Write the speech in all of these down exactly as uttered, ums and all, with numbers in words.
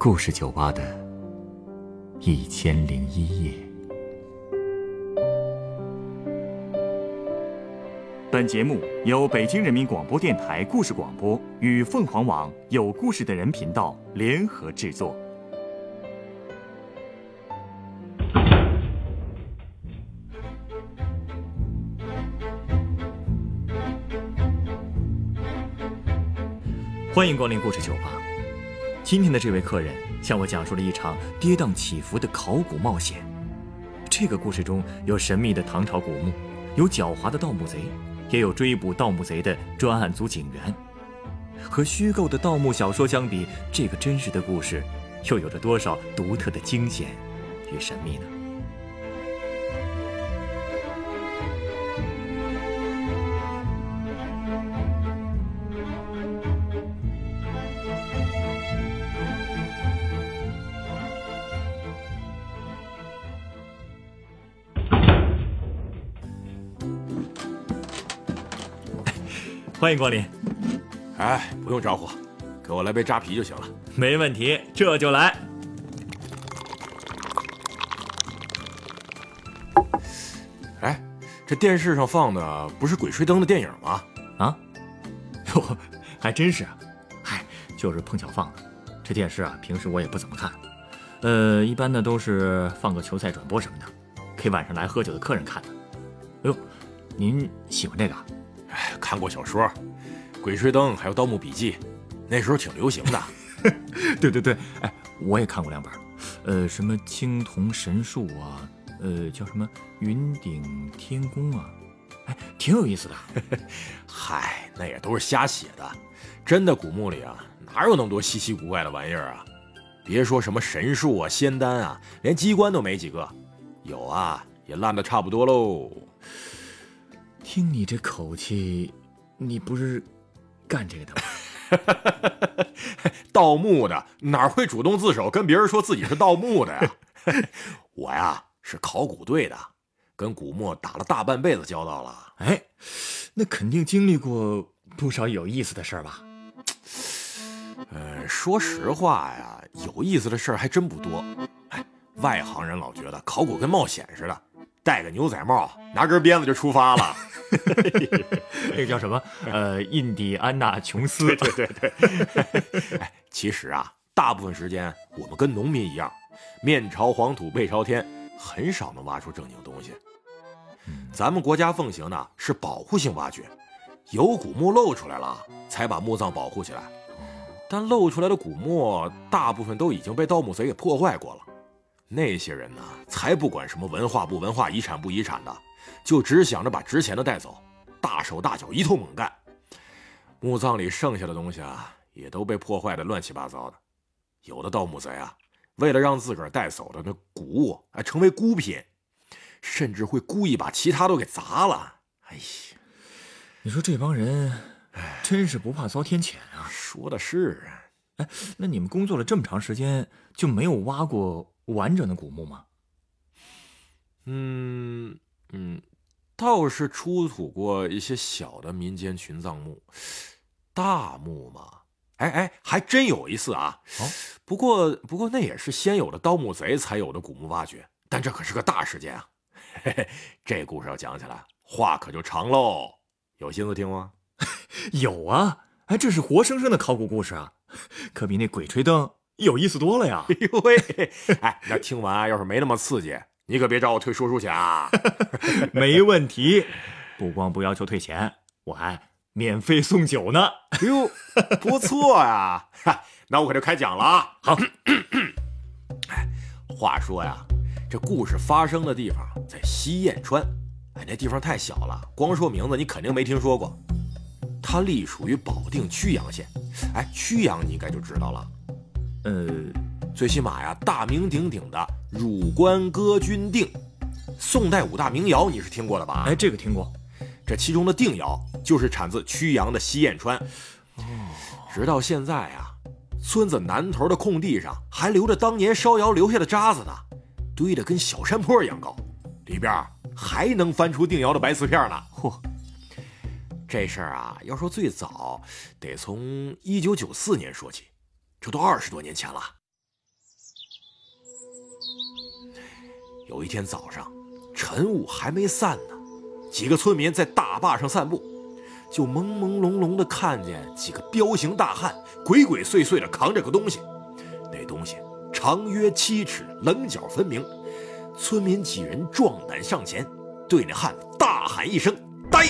故事酒吧的一千零一夜。 本节目由北京人民广播电台故事广播与凤凰网有故事的人频道联合制作。欢迎光临故事酒吧。今天的这位客人向我讲述了一场跌宕起伏的考古冒险。这个故事中有神秘的唐朝古墓，有狡猾的盗墓贼，也有追捕盗墓贼的专案组警员。和虚构的盗墓小说相比，这个真实的故事又有着多少独特的惊险与神秘呢？欢迎光临。 哎，不用招呼，给我来杯扎啤就行了。 没问题，这就来。 哎，这电视上放的不是《鬼吹灯》的电影吗？ 啊？哟，还真是啊。嗨，就是碰巧放的。这电视啊，平时我也不怎么看。呃，一般呢都是放个球赛转播什么的，给晚上来喝酒的客人看的。哎呦，您喜欢这个？ 哎，看过小说，《鬼吹灯》还有《盗墓笔记》，那时候挺流行的。 对对对，哎，我也看过两本，呃，什么青铜神树啊，呃，叫什么云顶天宫啊，哎，挺有意思的。 嗨，那也都是瞎写的，真的古墓里啊，哪有那么多稀奇古怪的玩意儿啊？别说什么神树啊、仙丹啊，连机关都没几个，有啊，也烂得差不多喽。 听你这口气，你不是干这个的吗？ 盗墓的哪会主动自首跟别人说自己是盗墓的呀？我呀是考古队的，跟古墓打了大半辈子交道了。 哎，那肯定经历过不少有意思的事儿吧？ 呃，说实话呀，有意思的事儿还真不多。哎，外行人老觉得考古跟冒险似的，戴个牛仔帽，拿根鞭子就出发了。 那个叫什么？呃，印第安纳琼斯。 对对对对。哎，其实啊，大部分时间我们跟农民一样，面朝黄土背朝天，很少能挖出正经东西。咱们国家奉行的是保护性挖掘，有古墓露出来了，才把墓葬保护起来。但露出来的古墓大部分都已经被盗墓贼给破坏过了。那些人呢，才不管什么文化不文化、遗产不遗产的，就只想着把值钱的带走，大手大脚一通猛干。墓葬里剩下的东西啊，也都被破坏的乱七八糟的。有的盗墓贼啊，为了让自个儿带走的那古物啊成为孤品，甚至会故意把其他都给砸了。哎呀， 你说这帮人真是不怕遭天谴啊！ 说的是。 哎，那你们工作了这么长时间，就没有挖过完整的古墓吗？ 嗯嗯，倒是出土过一些小的民间群葬墓，大墓嘛，哎哎，还真有一次啊。哦，不过不过那也是先有的盗墓贼才有的古墓挖掘，但这可是个大事件啊。嘿嘿，这故事要讲起来，话可就长喽。有心思听吗？ 有啊，哎，这是活生生的考古故事啊，可比那鬼吹灯有意思多了呀。 哎呦喂，哎，那听完要是没那么刺激，你可别找我退说书钱啊。 没问题，不光不要求退钱，我还免费送酒呢。 哎呦，不错呀。那我可就开讲了啊。 好。 话说呀，这故事发生的地方在西燕川。哎，那地方太小了，光说名字你肯定没听说过。它隶属于保定曲阳县。哎，曲阳你应该就知道了。 呃， 最起码呀，大名鼎鼎的汝官歌君定，宋代五大名窑你是听过的吧？ 哎，这个听过。 这其中的定窑就是产自曲阳的西燕川。 哦， 直到现在啊，村子南头的空地上还留着当年烧窑留下的渣子呢，堆得跟小山坡一样高，里边还能翻出定窑的白瓷片呢。 嚯！ 这事儿啊，要说最早，得从一九九四年说起，这都二十多年前了。 有一天早上，晨雾还没散呢，几个村民在大坝上散步，就朦朦胧胧地看见几个彪形大汉鬼鬼祟祟地扛着个东西，那东西长约七尺，棱角分明。村民几人壮胆上前，对那汉大喊一声：“呆！”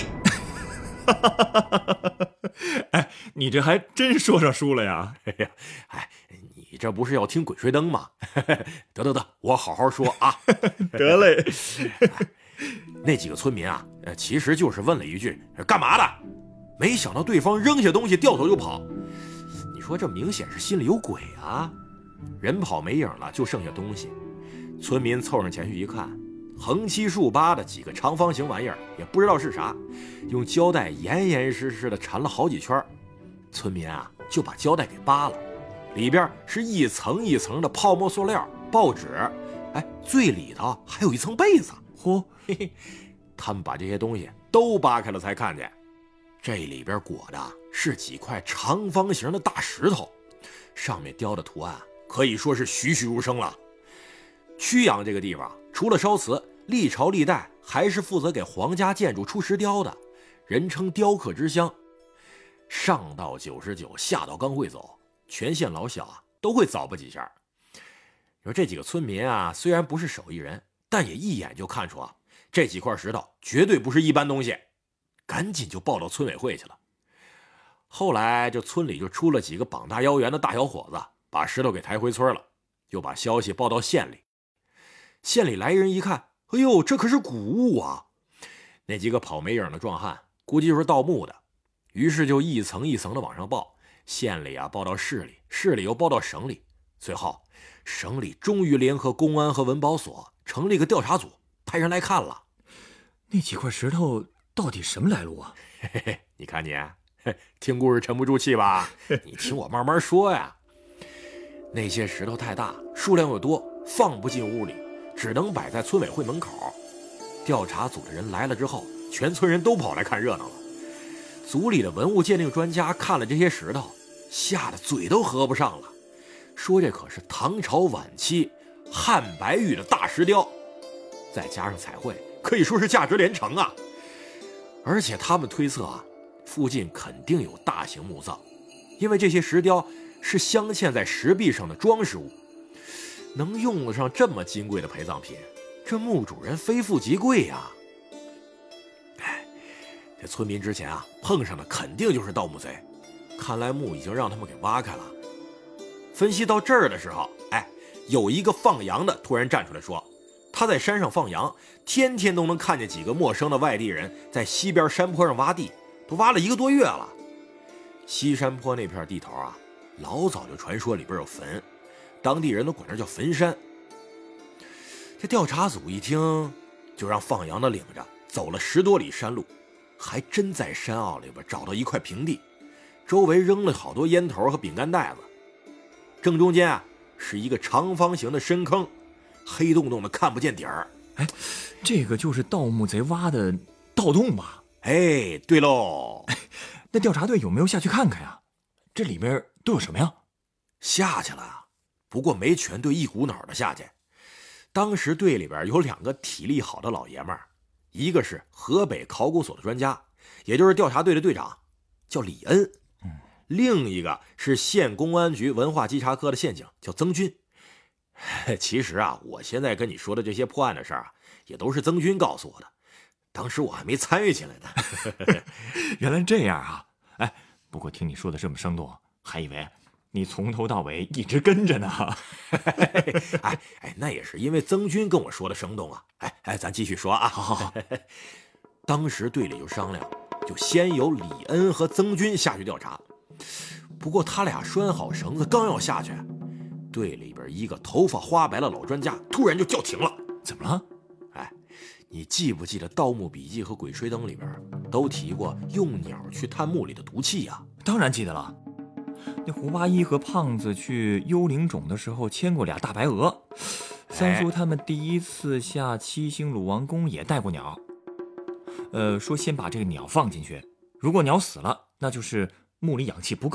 哎，你这还真说上书了呀！ 哎，你这不是要听《鬼吹灯》吗？得得得，我好好说啊。 得嘞。 那几个村民啊，其实就是问了一句：“干嘛的？”没想到对方扔下东西，掉头就跑。你说这明显是心里有鬼啊！人跑没影了，就剩下东西。村民凑上前去一看，横七竖八的几个长方形玩意儿，也不知道是啥，用胶带严严实实的缠了好几圈。村民啊，就把胶带给扒了，里边是一层一层的泡沫塑料、报纸，哎，最里头还有一层被子。 嚯， 嘿嘿，他们把这些东西都扒开了，才看见这里边裹的是几块长方形的大石头，上面雕的图案可以说是栩栩如生了。曲阳这个地方，除了烧瓷，历朝历代还是负责给皇家建筑出石雕的，人称雕刻之乡。上到九十九，下到刚会走，全县老小啊都会早不几下。你说这几个村民啊，虽然不是手艺人，但也一眼就看出啊，这几块石头绝对不是一般东西，赶紧就报到村委会去了。后来这村里就出了几个膀大腰圆的大小伙子，把石头给抬回村了，又把消息报到县里。县里来人一看，哎呦，这可是古物啊！那几个跑没影的壮汉估计就是盗墓的，于是就一层一层的往上报，县里啊报到市里，市里又报到省里，最后省里终于联合公安和文保所成立个调查组，派人来看了。 那几块石头到底什么来路啊？ 嘿嘿，你看你听故事沉不住气吧？你听我慢慢说呀。那些石头太大，数量又多，放不进屋里，只能摆在村委会门口。调查组的人来了之后，全村人都跑来看热闹了。组里的文物鉴定专家看了这些石头，吓得嘴都合不上了，说这可是唐朝晚期汉白玉的大石雕，再加上彩绘，可以说是价值连城啊。而且他们推测啊，附近肯定有大型墓葬，因为这些石雕是镶嵌在石壁上的装饰物，能用得上这么金贵的陪葬品，这墓主人非富即贵呀。哎，这村民之前啊碰上的肯定就是盗墓贼，看来墓已经让他们给挖开了。分析到这儿的时候，哎，有一个放羊的突然站出来说，他在山上放羊，天天都能看见几个陌生的外地人在西边山坡上挖地，都挖了一个多月了。西山坡那片地头啊，老早就传说里边有坟，当地人都管这叫坟山。这调查组一听，就让放羊的领着走了十多里山路，还真在山坳里边找到一块平地，周围扔了好多烟头和饼干袋子，正中间啊是一个长方形的深坑，黑洞洞的看不见底儿。 哎，这个就是盗墓贼挖的盗洞吧？ 哎，对喽。 那调查队有没有下去看看呀？这里面都有什么呀？ 下去了，不过没全队一股脑的下去。当时队里边有两个体力好的老爷们儿，一个是河北考古所的专家，也就是调查队的队长，叫李恩；嗯、另一个是县公安局文化稽查科的县警，叫曾军。其实啊，我现在跟你说的这些破案的事儿啊，也都是曾军告诉我的，当时我还没参与进来呢。 原来这样啊！哎，不过听你说的这么生动，还以为你从头到尾一直跟着呢。 哎哎，那也是因为曾军跟我说的生动啊。哎哎，咱继续说啊。 好好好。 当时队里就商量，就先由李恩和曾军下去调查。不过他俩拴好绳子，刚要下去，队里边一个头发花白的老专家突然就叫停了。 怎么了？ 哎，你记不记得《盗墓笔记》和《鬼吹灯》里边都提过用鸟去探墓里的毒气呀？ 当然记得了。那胡八一和胖子去幽灵冢的时候牵过俩大白鹅，三叔他们第一次下七星鲁王宫也带过鸟。呃，说先把这个鸟放进去，如果鸟死了，那就是墓里氧气不够，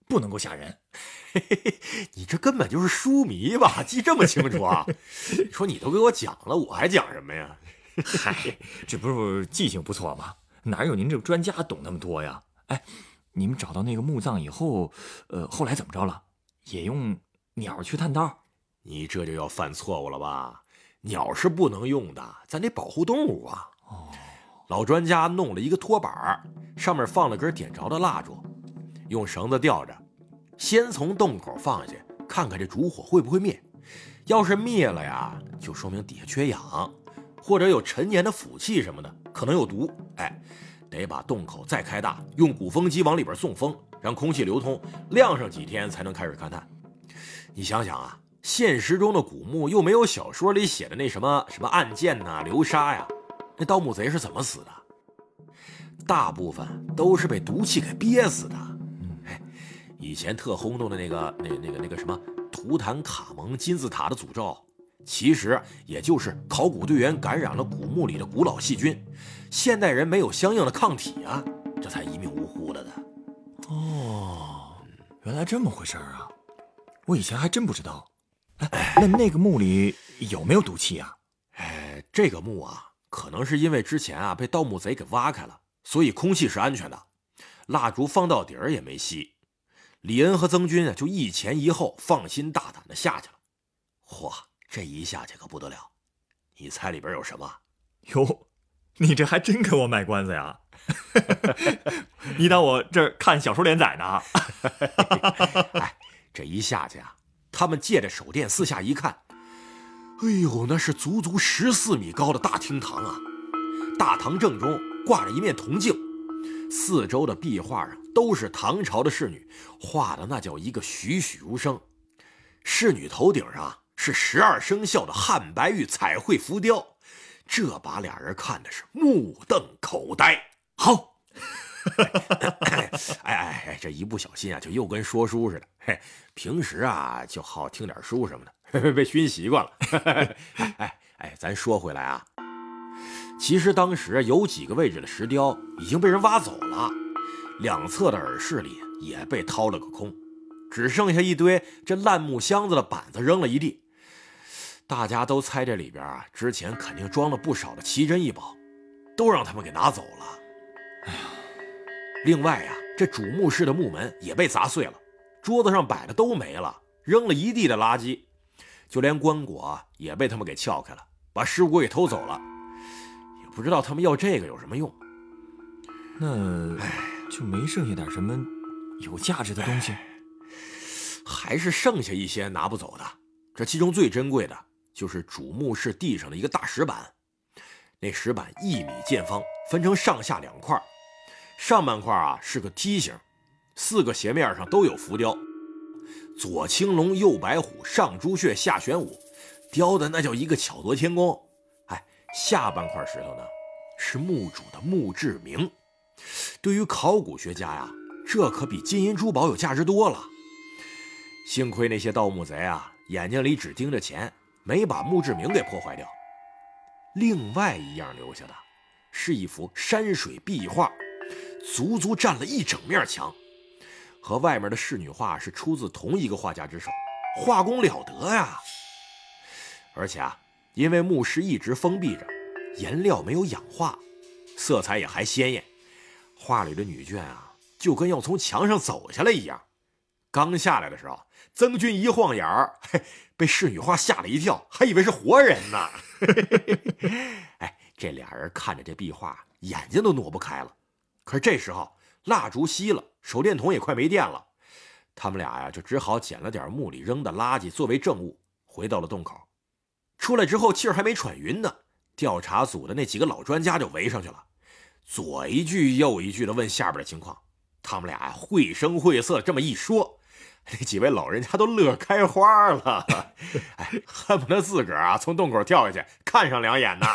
不能够吓人。 嘿嘿嘿，你这根本就是书迷吧？记这么清楚啊？说你都给我讲了，我还讲什么呀？ 嗨，这不是记性不错吗？哪有您这个专家懂那么多呀？哎，你们找到那个墓葬以后，呃，后来怎么着了？也用鸟去探道？ 你这就要犯错误了吧？鸟是不能用的，咱得保护动物啊。 哦， 老专家弄了一个拖板，上面放了根点着的蜡烛，用绳子吊着，先从洞口放下去，看看这烛火会不会灭。要是灭了呀，就说明底下缺氧，或者有陈年的腐气什么的，可能有毒。哎，得把洞口再开大，用鼓风机往里边送风，让空气流通，晾上几天才能开始勘探。你想想啊，现实中的古墓又没有小说里写的那什么什么案件呐、啊、流沙呀，那盗墓贼是怎么死的？大部分都是被毒气给憋死的。哎，以前特轰动的那个那那个那个什么图坦卡蒙金字塔的诅咒，其实也就是考古队员感染了古墓里的古老细菌，现代人没有相应的抗体啊，这才一命呜呼了的。 哦，原来这么回事啊！我以前还真不知道。哎，那那个墓里有没有毒气啊？ 哎，这个墓啊，可能是因为之前啊被盗墓贼给挖开了，所以空气是安全的，蜡烛放到底儿也没熄。李恩和曾军啊就一前一后，放心大胆的下去了。嚯，这一下去可不得了！你猜里边有什么？ 哟，你这还真给我卖关子呀！你当我这儿看小说连载呢？ 哎，这一下去啊，他们借着手电四下一看，哎呦，那是足足十四米高的大厅堂啊！大堂正中挂着一面铜镜，四周的壁画上都是唐朝的仕女，画的那叫一个栩栩如生。仕女头顶上是十二生肖的汉白玉彩绘浮雕，这把俩人看的是目瞪口呆。 好， 哎哎哎，这一不小心啊，就又跟说书似的。嘿，平时啊就好听点书什么的，被熏习惯了。哎哎哎，咱说回来啊，其实当时有几个位置的石雕已经被人挖走了，两侧的耳室里也被掏了个空，只剩下一堆这烂木箱子的板子扔了一地。大家都猜这里边啊，之前肯定装了不少的奇珍异宝，都让他们给拿走了。哎呀，另外呀，这主墓室的木门也被砸碎了，桌子上摆的都没了，扔了一地的垃圾，就连棺椁也被他们给撬开了，把尸骨给偷走了。也不知道他们要这个有什么用。 那就没剩下点什么有价值的东西？ 还是剩下一些拿不走的。这其中最珍贵的就是主墓室地上的一个大石板，那石板一米见方，分成上下两块，上半块啊是个梯形，四个斜面上都有浮雕，左青龙右白虎上朱雀下玄武，雕的那叫一个巧夺天工。哎，下半块石头呢是墓主的墓志铭，对于考古学家呀，这可比金银珠宝有价值多了。幸亏那些盗墓贼啊眼睛里只盯着钱，没把墓志铭给破坏掉。另外一样留下的是一幅山水壁画，足足占了一整面墙，和外面的仕女画是出自同一个画家之手，画工了得呀。而且啊，因为墓室一直封闭着，颜料没有氧化，色彩也还鲜艳，画里的女眷啊就跟要从墙上走下来一样。刚下来的时候，曾军一晃眼儿，被仕女画吓了一跳，还以为是活人呢。哎，这俩人看着这壁画，眼睛都挪不开了。可是这时候蜡烛熄了，手电筒也快没电了，他们俩呀就只好捡了点墓里扔的垃圾作为证物，回到了洞口。出来之后气儿还没喘匀呢，调查组的那几个老专家就围上去了，左一句右一句的问下边的情况。他们俩绘声绘色这么一说，那几位老人家都乐开花了，哎，恨不得自个儿啊从洞口跳下去看上两眼呢。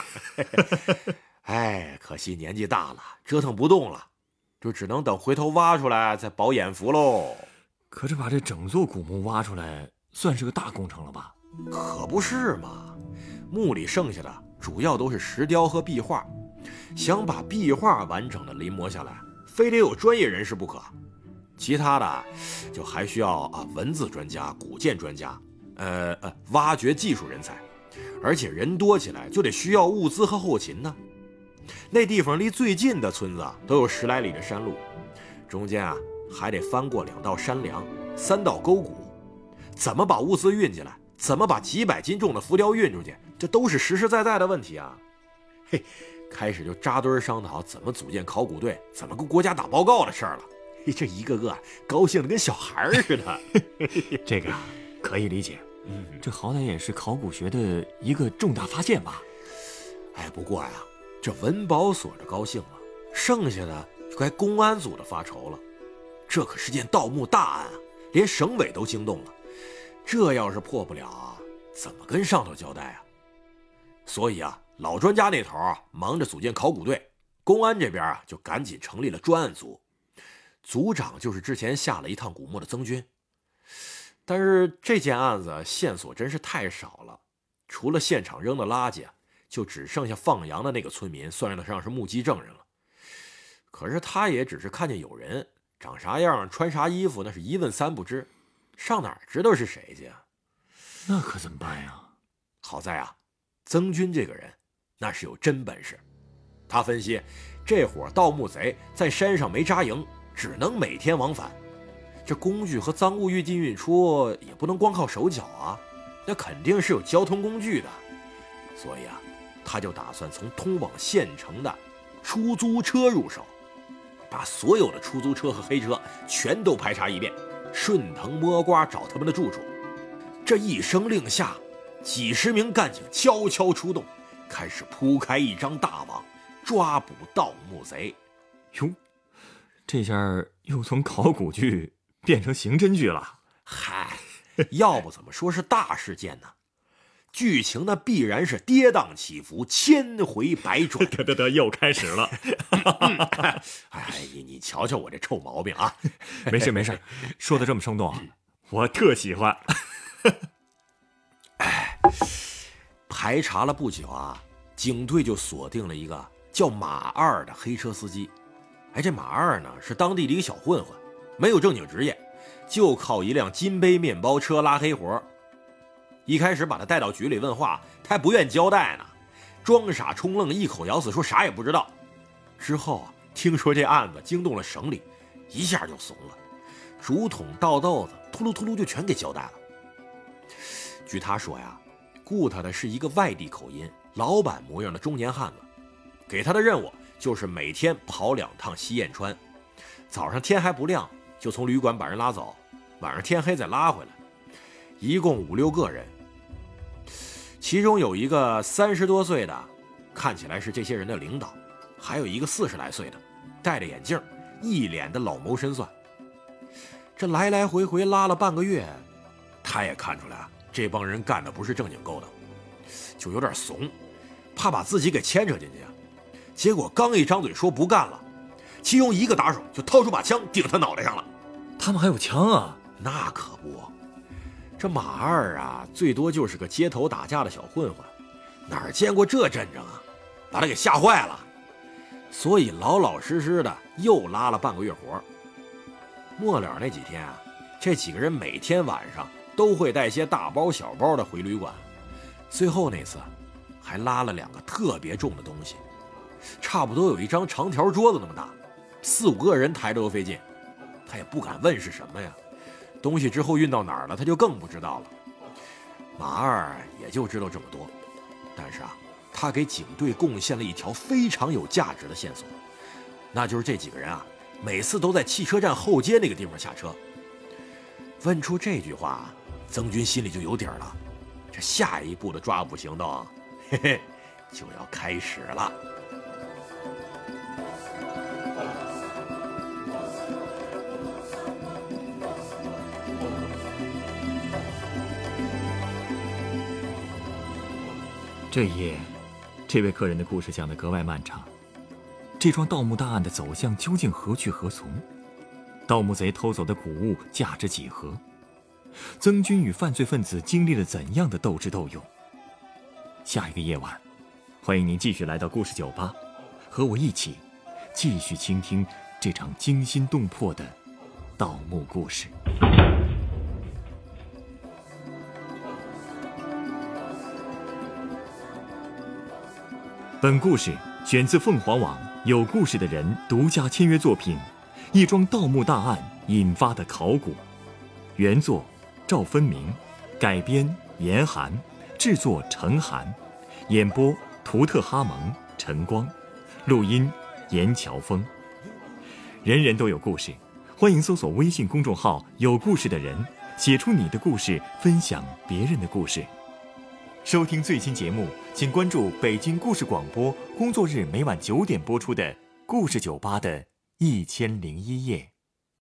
哎，可惜年纪大了，折腾不动了，就只能等回头挖出来再饱眼福喽。 可这把这整座古墓挖出来，算是个大工程了吧？ 可不是嘛，墓里剩下的主要都是石雕和壁画，想把壁画完整的临摹下来，非得有专业人士不可。 其他的就还需要啊文字专家、古建专家，呃呃，挖掘技术人才，而且人多起来就得需要物资和后勤呢。那地方离最近的村子啊都有十来里的山路，中间啊还得翻过两道山梁、三道沟谷，怎么把物资运进来，怎么把几百斤重的浮雕运出去，这都是实实在在的问题啊。嘿，开始就扎堆商讨怎么组建考古队，怎么跟国家打报告的事儿了。嘿，这一个个高兴的跟小孩似的。 这个可以理解， 嗯， 这好歹也是考古学的一个重大发现吧。 哎，不过呀，这文保所的高兴了，剩下的就该公安组的发愁了。这可是件盗墓大案啊，连省委都惊动了。这要是破不了啊，怎么跟上头交代啊？所以啊，老专家那头啊忙着组建考古队，公安这边啊就赶紧成立了专案组，组长就是之前下了一趟古墓的曾军。但是这件案子线索真是太少了，除了现场扔的垃圾，就只剩下放羊的那个村民算得上是目击证人了。可是他也只是看见有人，长啥样、穿啥衣服，那是一问三不知，上哪儿知道是谁去啊？ 那可怎么办呀？ 好在啊，曾军这个人那是有真本事。他分析，这伙盗墓贼在山上没扎营，只能每天往返。这工具和赃物运进运出也不能光靠手脚啊，那肯定是有交通工具的。所以啊，他就打算从通往县城的出租车入手，把所有的出租车和黑车全都排查一遍，顺藤摸瓜找他们的住处。这一声令下，几十名干警悄悄出动，开始铺开一张大网，抓捕盗墓贼。 哟，这下又从考古剧变成刑侦剧了。 嗨，要不怎么说是大事件呢？剧情呢必然是跌宕起伏，千回百转。 得得得，又开始了。 哎，你你瞧瞧我这臭毛病啊！ 没事没事，说的这么生动，我特喜欢。 哎，排查了不久啊，警队就锁定了一个叫马二的黑车司机。哎，这马二呢是当地的一个小混混，没有正经职业，就靠一辆金杯面包车拉黑活。一开始把他带到局里问话，他还不愿交代呢，装傻充愣，一口咬死说啥也不知道。之后啊，听说这案子惊动了省里，一下就怂了，竹筒倒豆子，秃噜秃噜就全给交代了。据他说呀，雇他的是一个外地口音、老板模样的中年汉子，给他的任务就是每天跑两趟西燕川，早上天还不亮就从旅馆把人拉走，晚上天黑再拉回来，一共五六个人。其中有一个三十多岁的，看起来是这些人的领导，还有一个四十来岁的，戴着眼镜，一脸的老谋深算。这来来回回拉了半个月，他也看出来啊，这帮人干的不是正经勾当，就有点怂，怕把自己给牵扯进去啊。结果刚一张嘴说不干了，其中一个打手就掏出把枪顶他脑袋上了。 他们还有枪啊？ 那可不，这马二啊，最多就是个街头打架的小混混，哪儿见过这阵仗啊，把他给吓坏了，所以老老实实的又拉了半个月活。末了那几天啊，这几个人每天晚上都会带些大包小包的回旅馆，最后那次还拉了两个特别重的东西，差不多有一张长条桌子那么大，四五个人抬着都费劲，他也不敢问是什么呀，东西之后运到哪儿了他就更不知道了。马二也就知道这么多，但是啊，他给警队贡献了一条非常有价值的线索，那就是这几个人啊，每次都在汽车站后街那个地方下车。问出这句话，曾军心里就有底儿了，这下一步的抓捕行动，嘿嘿，就要开始了。 这一夜，这位客人的故事讲得格外漫长。这桩盗墓大案的走向究竟何去何从？盗墓贼偷走的古物价值几何？曾军与犯罪分子经历了怎样的斗智斗勇？下一个夜晚，欢迎您继续来到故事酒吧，和我一起继续倾听这场惊心动魄的盗墓故事。本故事选自凤凰网有故事的人独家签约作品《一桩盗墓大案引发的考古》，原作赵分明，改编严寒，制作程寒，演播图特哈蒙、陈光，录音严乔峰。人人都有故事，欢迎搜索微信公众号“有故事的人”，写出你的故事，分享别人的故事。收听最新节目，请关注北京故事广播，工作日每晚九点播出的《故事酒吧》的一千零一夜。